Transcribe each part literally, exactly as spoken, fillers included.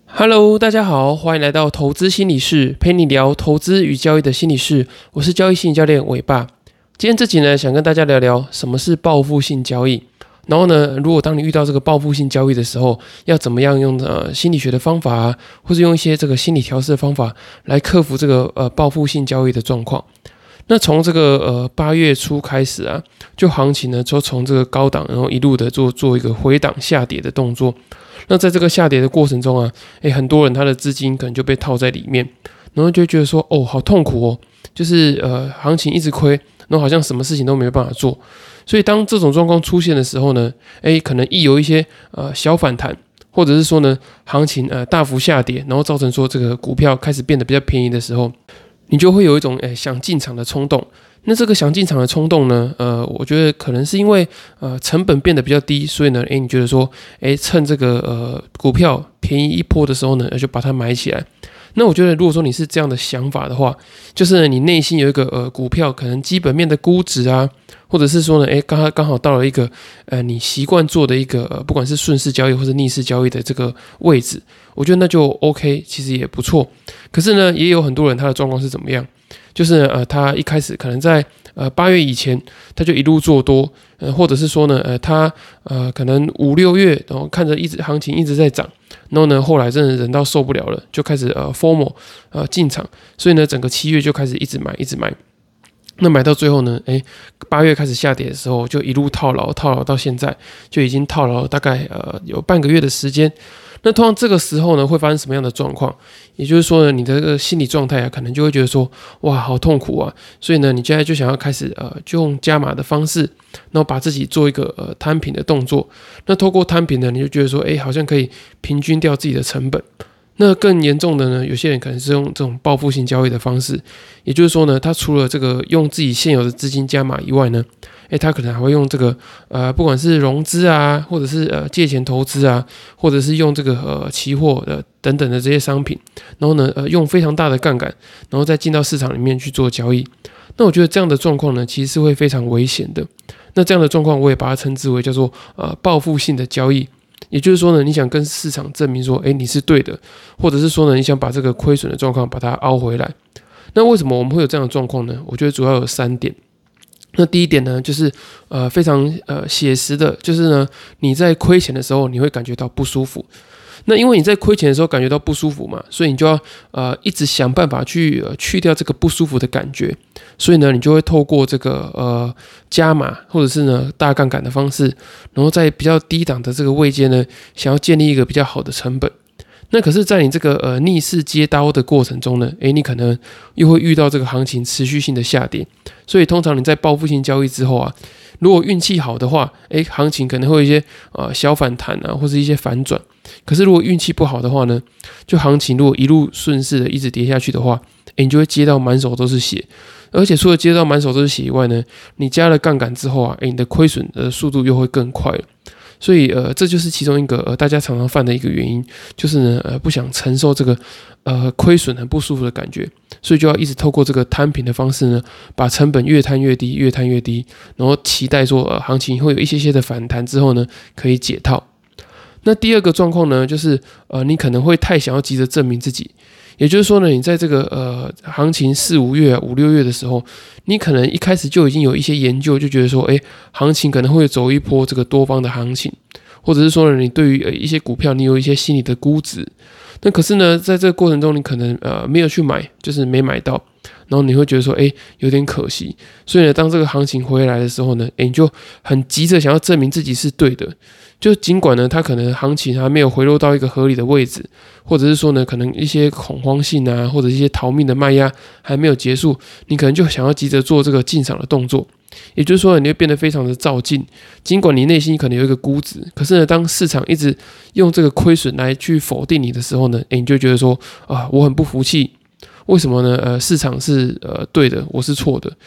Hello，大家好，欢迎来到投资心理室，陪你聊投资与交易的心理室。我是交易心理教练伟爸。今天这集呢，想跟大家聊聊什么是报复性交易。然后呢，如果当你遇到这个报复性交易的时候，要怎么样用呃心理学的方法啊，或是用一些这个心理调试的方法来克服这个呃报复性交易的状况。那从这个呃八月初开始啊，就行情呢就从这个高档，然后一路的做做一个回档下跌的动作。那在这个下跌的过程中啊，诶，很多人他的资金可能就被套在里面，然后就觉得说，哦，好痛苦哦，就是呃行情一直亏，然后好像什么事情都没有办法做。所以当这种状况出现的时候呢，诶，可能一有一些呃小反弹，或者是说呢行情呃大幅下跌，然后造成说这个股票开始变得比较便宜的时候，你就会有一种诶想进场的冲动。那这个想进场的冲动呢，呃，我觉得可能是因为呃成本变得比较低，所以呢，诶，你觉得说，诶，趁这个呃股票便宜一波的时候呢，就把它买起来。那我觉得，如果说你是这样的想法的话，就是呢你内心有一个呃股票可能基本面的估值啊，或者是说呢，诶，刚刚刚好到了一个呃你习惯做的一个呃不管是顺势交易或是逆势交易的这个位置，我觉得那就 OK， 其实也不错。可是呢，也有很多人他的状况是怎么样？就是呃，他一开始可能在呃八月以前，他就一路做多，呃，或者是说呢，呃，他呃可能五六月，然后看着一直行情一直在涨，然后呢，后来真的忍到受不了了，就开始呃 F O M O 呃进场，所以呢，整个七月就开始一直买，一直买。那买到最后呢，诶，八月开始下跌的时候，就一路套牢，套牢到现在，就已经套牢了大概呃有半个月的时间。那通常这个时候呢，会发生什么样的状况？也就是说呢，你的这个心理状态啊，可能就会觉得说，哇，好痛苦啊！所以呢，你现在就想要开始呃，就用加码的方式，然后把自己做一个呃摊平的动作。那透过摊平呢，你就觉得说，哎，好像可以平均掉自己的成本。那更严重的呢，有些人可能是用这种报复性交易的方式，也就是说呢，他除了这个用自己现有的资金加码以外呢，诶，他可能还会用这个呃，不管是融资啊，或者是呃借钱投资啊，或者是用这个呃期货的等等的这些商品，然后呢呃用非常大的杠杆，然后再进到市场里面去做交易。那我觉得这样的状况呢，其实是会非常危险的。那这样的状况，我也把它称之为叫做呃报复性的交易。也就是说呢，你想跟市场证明说，哎，你是对的，或者是说呢，你想把这个亏损的状况把它凹回来。那为什么我们会有这样的状况呢？我觉得主要有三点。那第一点呢，就是呃非常呃写实的，就是呢你在亏钱的时候，你会感觉到不舒服。那因为你在亏钱的时候感觉到不舒服嘛，所以你就要呃一直想办法去、呃、去掉这个不舒服的感觉。所以呢，你就会透过这个呃加码或者是呢大杠杆的方式，然后在比较低档的这个位阶呢，想要建立一个比较好的成本。那可是，在你这个呃逆势接刀的过程中呢，诶，你可能又会遇到这个行情持续性的下跌。所以通常你在报复性交易之后啊，如果运气好的话，诶，行情可能会有一些呃小反弹啊，或是一些反转。可是如果运气不好的话呢，就行情如果一路顺势的一直跌下去的话，诶，你就会接到满手都是血。而且除了接到满手都是血以外呢，你加了杠杆之后啊，诶，你的亏损的速度又会更快了。所以呃，这就是其中一个呃大家常常犯的一个原因，就是呢呃不想承受这个呃亏损很不舒服的感觉，所以就要一直透过这个摊平的方式呢，把成本越摊越低，越摊越低，然后期待说呃行情会有一些些的反弹之后呢，可以解套。那第二个状况呢，就是呃你可能会太想要急着证明自己。也就是说呢，你在这个呃行情四五月、五六月的时候，你可能一开始就已经有一些研究，就觉得说，哎，行情可能会走一波这个多方的行情，或者是说呢，你对于一些股票你有一些心理的估值。那可是呢，在这个过程中，你可能呃没有去买，就是没买到，然后你会觉得说，哎，有点可惜。所以呢，当这个行情回来的时候呢，哎，你就很急着想要证明自己是对的。就尽管呢，它可能行情还没有回落到一个合理的位置，或者是说呢，可能一些恐慌性啊，或者一些逃命的卖压还没有结束，你可能就想要急着做这个进场的动作。也就是说，你会变得非常的躁进，尽管你内心可能有一个估值，可是呢，当市场一直用这个亏损来去否定你的时候呢，诶，你就觉得说啊，我很不服气，为什么呢？呃，市场是呃对的，我是错的。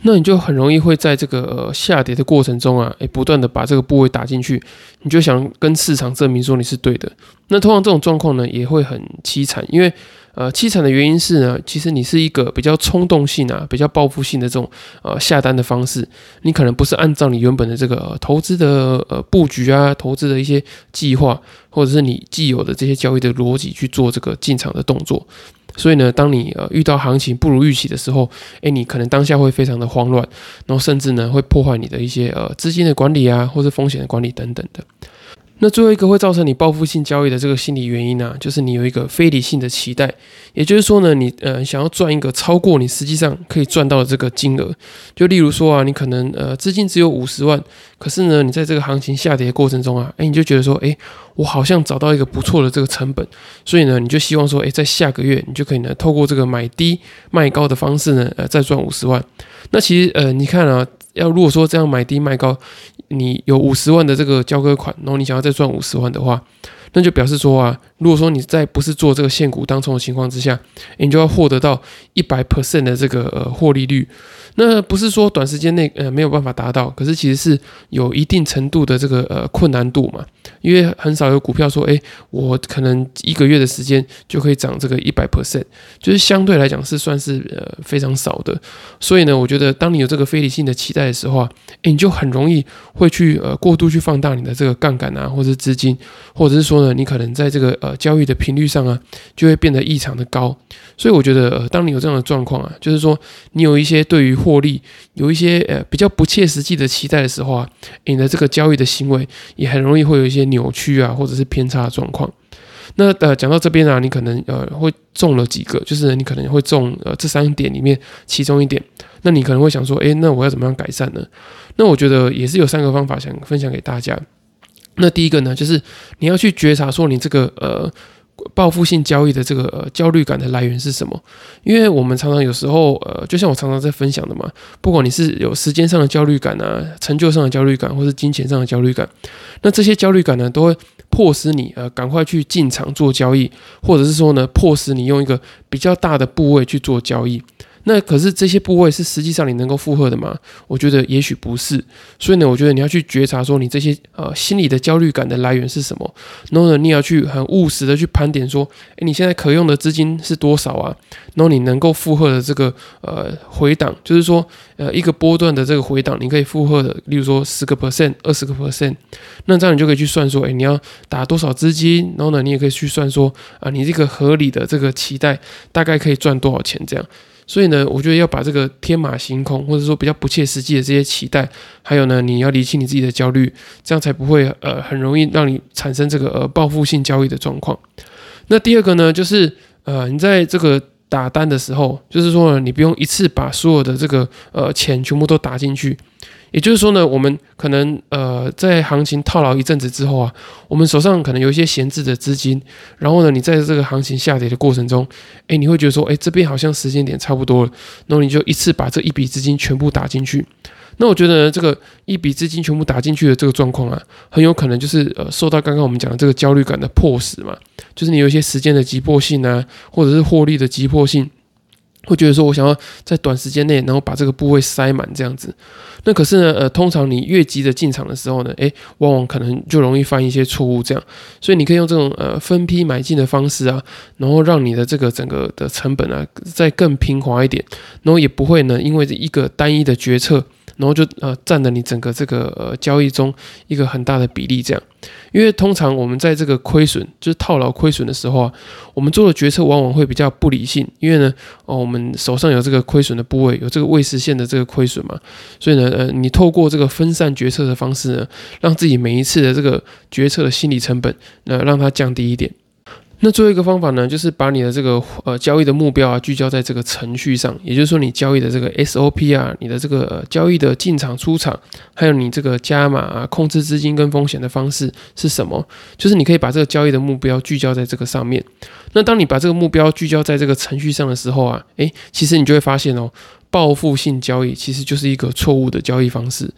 那你就很容易会在这个呃下跌的过程中啊，诶不断的把这个部位打进去，你就想跟市场证明说你是对的。那通常这种状况呢也会很凄惨，因为呃凄惨的原因是呢，其实你是一个比较冲动性啊、比较报复性的这种呃下单的方式，你可能不是按照你原本的这个、呃、投资的呃布局啊、投资的一些计划，或者是你既有的这些交易的逻辑去做这个进场的动作。所以呢，当你呃遇到行情不如预期的时候，哎，你可能当下会非常的慌乱，然后甚至呢会破坏你的一些呃资金的管理啊，或是风险的管理等等的。那最后一个会造成你报复性交易的这个心理原因啊，就是你有一个非理性的期待，也就是说呢，你呃想要赚一个超过你实际上可以赚到的这个金额。就例如说啊，你可能呃资金只有五十万，可是呢，你在这个行情下跌的过程中啊，哎，你就觉得说，哎，我好像找到一个不错的这个成本，所以呢，你就希望说，哎，在下个月你就可以呢，透过这个买低卖高的方式呢，呃，再赚五十万。那其实呃，你看啊。要如果说这样买低卖高，你有五十万的这个交割款，然后你想要再赚五十万的话，那就表示说啊，如果说你在不是做这个现股当冲的情况之下，你就要获得到 百分之百 的这个呃获利率。那不是说短时间内呃没有办法达到，可是其实是有一定程度的这个呃困难度嘛，因为很少有股票说，哎，我可能一个月的时间就可以涨这个 百分之百， 就是相对来讲是算是呃非常少的。所以呢，我觉得当你有这个非理性的期待的时候啊，哎，你就很容易会去呃过度去放大你的这个杠杆啊，或者是资金，或者是说呢，你可能在这个呃交易的频率上啊，就会变得异常的高。所以我觉得，呃，当你有这样的状况啊，就是说你有一些对于获利有一些呃比较不切实际的期待的时候啊，你的这个交易的行为也很容易会有一些扭曲啊，或者是偏差的状况。那呃讲到这边啊，你可能呃会中了几个，就是你可能会中呃这三点里面其中一点。那你可能会想说，哎，那我要怎么样改善呢？那我觉得也是有三个方法想分享给大家。那第一个呢，就是你要去觉察说你这个呃。报复性交易的这个、呃、焦虑感的来源是什么？因为我们常常有时候呃，就像我常常在分享的嘛，不管你是有时间上的焦虑感啊，成就上的焦虑感，或是金钱上的焦虑感，那这些焦虑感呢，都会迫使你呃赶快去进场做交易，或者是说呢，迫使你用一个比较大的部位去做交易。那可是这些部位是实际上你能够负荷的吗？我觉得也许不是。所以呢，我觉得你要去觉察说你这些呃心理的焦虑感的来源是什么。然后呢，你也要去很务实的去盘点说，哎，你现在可用的资金是多少啊？然后你能够负荷的这个呃回档，就是说呃一个波段的这个回档，你可以负荷的，例如说十个 percent、二十个 percent， 那这样你就可以去算说，哎，你要打多少资金？然后呢，你也可以去算说啊、呃，你这个合理的这个期待大概可以赚多少钱这样。所以呢，我觉得要把这个天马行空，或者说比较不切实际的这些期待，还有呢，你要理清你自己的焦虑，这样才不会呃很容易让你产生这个呃报复性交易的状况。那第二个呢，就是呃你在这个打单的时候，就是说呢，你不用一次把所有的这个呃钱全部都打进去。也就是说呢，我们可能呃在行情套牢一阵子之后啊，我们手上可能有一些闲置的资金，然后呢，你在这个行情下跌的过程中，哎，你会觉得说，哎，这边好像时间点差不多了，然后你就一次把这一笔资金全部打进去。那我觉得呢，这个一笔资金全部打进去的这个状况啊，很有可能就是呃受到刚刚我们讲的这个焦虑感的迫使嘛，就是你有一些时间的急迫性啊，或者是获利的急迫性。会觉得说我想要在短时间内，然后把这个部位塞满这样子。那可是呢，呃，通常你越急着进场的时候呢，诶，往往可能就容易犯一些错误这样。所以你可以用这种呃分批买进的方式啊，然后让你的这个整个的成本啊再更平滑一点，然后也不会呢因为一个单一的决策，然后就呃占了你整个这个呃交易中一个很大的比例这样。因为通常我们在这个亏损，就是套牢亏损的时候啊，我们做的决策往往会比较不理性，因为呢，哦，我们手上有这个亏损的部位，有这个未实现的这个亏损嘛，所以呢，呃，你透过这个分散决策的方式呢，让自己每一次的这个决策的心理成本，呃，让它降低一点。那最后一个方法呢，就是把你的这个呃交易的目标啊聚焦在这个程序上，也就是说你交易的这个 S O P 啊，你的这个、呃、交易的进场出场，还有你这个加码啊、控制资金跟风险的方式是什么？就是你可以把这个交易的目标聚焦在这个上面。那当你把这个目标聚焦在这个程序上的时候啊，诶，其实你就会发现哦，报复性交易其实就是一个错误的交易方式。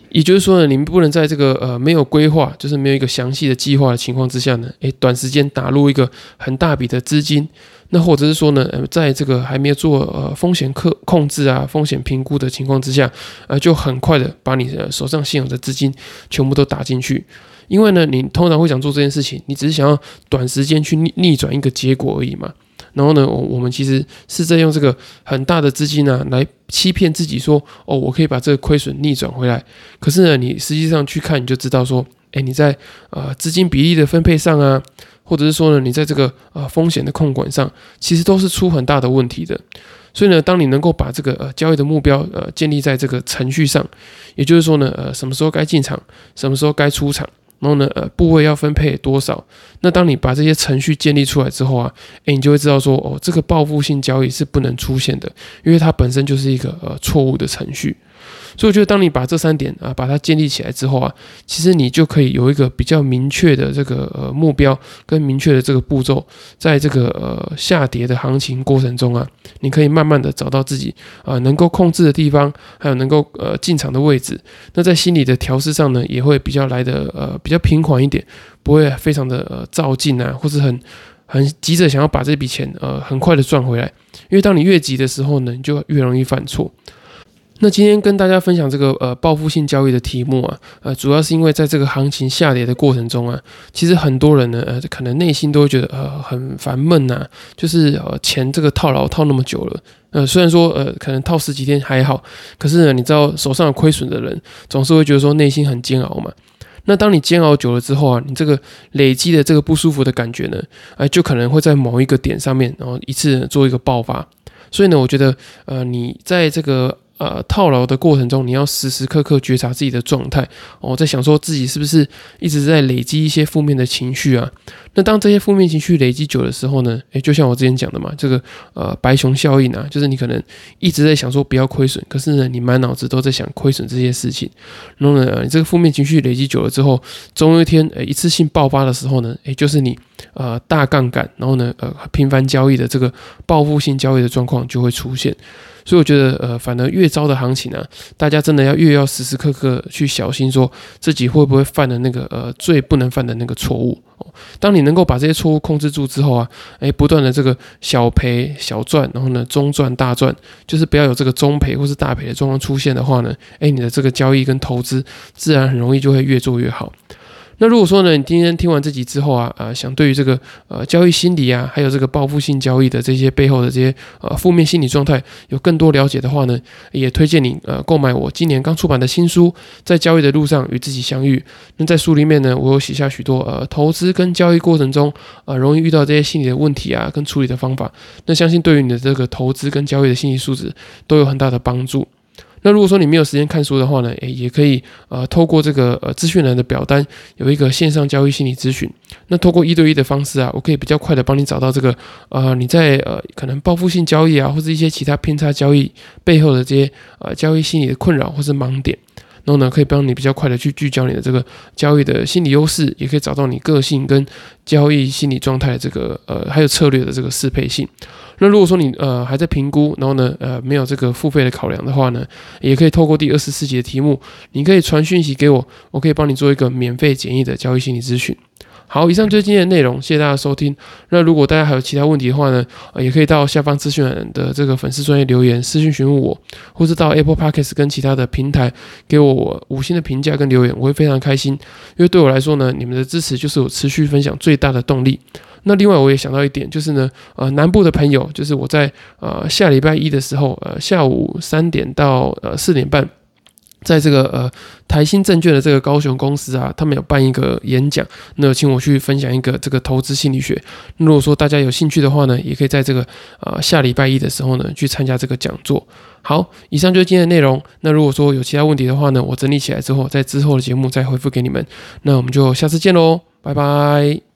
也就是说呢，你们不能在这个呃没有规划，就是没有一个详细的计划的情况之下呢，诶，短时间打入一个很大笔的资金，那或者是说呢，呃，在这个还没有做呃风险控控制啊、风险评估的情况之下，呃，就很快的把你的手上现有的资金全部都打进去。因为呢，你通常会想做这件事情，你只是想要短时间去逆逆转一个结果而已嘛。然后呢，我们其实是在用这个很大的资金啊，来欺骗自己说，哦，我可以把这个亏损逆转回来。可是呢，你实际上去看，你就知道说，哎，你在呃资金比例的分配上啊，或者是说呢，你在这个呃风险的控管上，其实都是出很大的问题的。所以呢，当你能够把这个呃交易的目标呃建立在这个程序上，也就是说呢，呃什么时候该进场，什么时候该出场。然后呢，呃，部位要分配多少？那当你把这些程序建立出来之后啊，诶，你就会知道说，哦，这个报复性交易是不能出现的，因为它本身就是一个呃错误的程序。所以我觉得，当你把这三点啊把它建立起来之后啊，其实你就可以有一个比较明确的这个呃目标跟明确的这个步骤，在这个呃下跌的行情过程中啊，你可以慢慢的找到自己啊、呃、能够控制的地方，还有能够呃进场的位置。那在心理的调试上呢，也会比较来的呃比较平缓一点，不会非常的呃躁进啊，或是很很急着想要把这笔钱呃很快的赚回来。因为当你越急的时候呢，你就越容易犯错。那今天跟大家分享这个呃报复性交易的题目啊，呃，主要是因为在这个行情下跌的过程中啊，其实很多人呢，呃，可能内心都会觉得呃很烦闷呐，就是呃钱这个套牢套那么久了，呃，虽然说呃可能套十几天还好，可是呢，你知道手上有亏损的人，总是会觉得说内心很煎熬嘛。那当你煎熬久了之后啊，你这个累积的这个不舒服的感觉呢，呃，就可能会在某一个点上面，然后一次做一个爆发。所以呢，我觉得呃你在这个呃套牢的过程中，你要时时刻刻觉察自己的状态哦，在想说自己是不是一直在累积一些负面的情绪啊？那当这些负面情绪累积久的时候呢，诶，就像我之前讲的嘛，这个呃白熊效应啊，就是你可能一直在想说不要亏损，可是呢，你满脑子都在想亏损这些事情。然后呢，呃、你这个负面情绪累积久了之后，总有一天呃一次性爆发的时候呢，诶，就是你呃大杠杆，然后呢呃频繁交易的这个报复性交易的状况就会出现。所以我觉得，呃，反而越糟的行情啊，大家真的要越要时时刻刻去小心，说自己会不会犯的那个呃最不能犯的那个错误。哦，当你能够把这些错误控制住之后啊，哎，不断的这个小赔小赚，然后呢中赚大赚，就是不要有这个中赔或是大赔的状况出现的话呢，哎，你的这个交易跟投资自然很容易就会越做越好。那如果说呢，你今天听完这集之后啊，呃，想对于这个呃交易心理啊，还有这个报复性交易的这些背后的这些呃负面心理状态有更多了解的话呢，也推荐你呃购买我今年刚出版的新书《在交易的路上与自己相遇》。那在书里面呢，我有写下许多呃投资跟交易过程中呃容易遇到这些心理的问题啊，跟处理的方法。那相信对于你的这个投资跟交易的心理素质都有很大的帮助。那如果说你没有时间看书的话呢，诶也可以呃透过这个呃资讯栏的表单有一个线上交易心理咨询。那透过一对一的方式啊，我可以比较快的帮你找到这个呃你在呃可能报复性交易啊，或者一些其他偏差交易背后的这些呃交易心理的困扰或是盲点。然后呢，可以帮你比较快的去聚焦你的这个交易的心理优势，也可以找到你个性跟交易心理状态的这个呃还有策略的这个适配性。那如果说你呃还在评估，然后呢呃没有这个付费的考量的话呢，也可以透过第二十四集的题目，你可以传讯息给我，我可以帮你做一个免费简易的交易心理咨询。好，以上就是今天的内容，谢谢大家的收听。那如果大家还有其他问题的话呢，呃、也可以到下方资讯栏的这个粉丝专页留言私讯询问我，或是到 Apple Podcast 跟其他的平台给我五星的评价跟留言，我会非常开心。因为对我来说呢，你们的支持就是我持续分享最大的动力。那另外我也想到一点，就是呢，呃，南部的朋友，就是我在呃下礼拜一的时候，呃下午三点到呃四点半。在这个呃台新证券的这个高雄公司啊，他们有办一个演讲，那请我去分享一个这个投资心理学。那如果说大家有兴趣的话呢，也可以在这个呃下礼拜一的时候呢去参加这个讲座。好，以上就是今天的内容。那如果说有其他问题的话呢，我整理起来之后，在之后的节目再回复给你们。那我们就下次见喽，拜拜。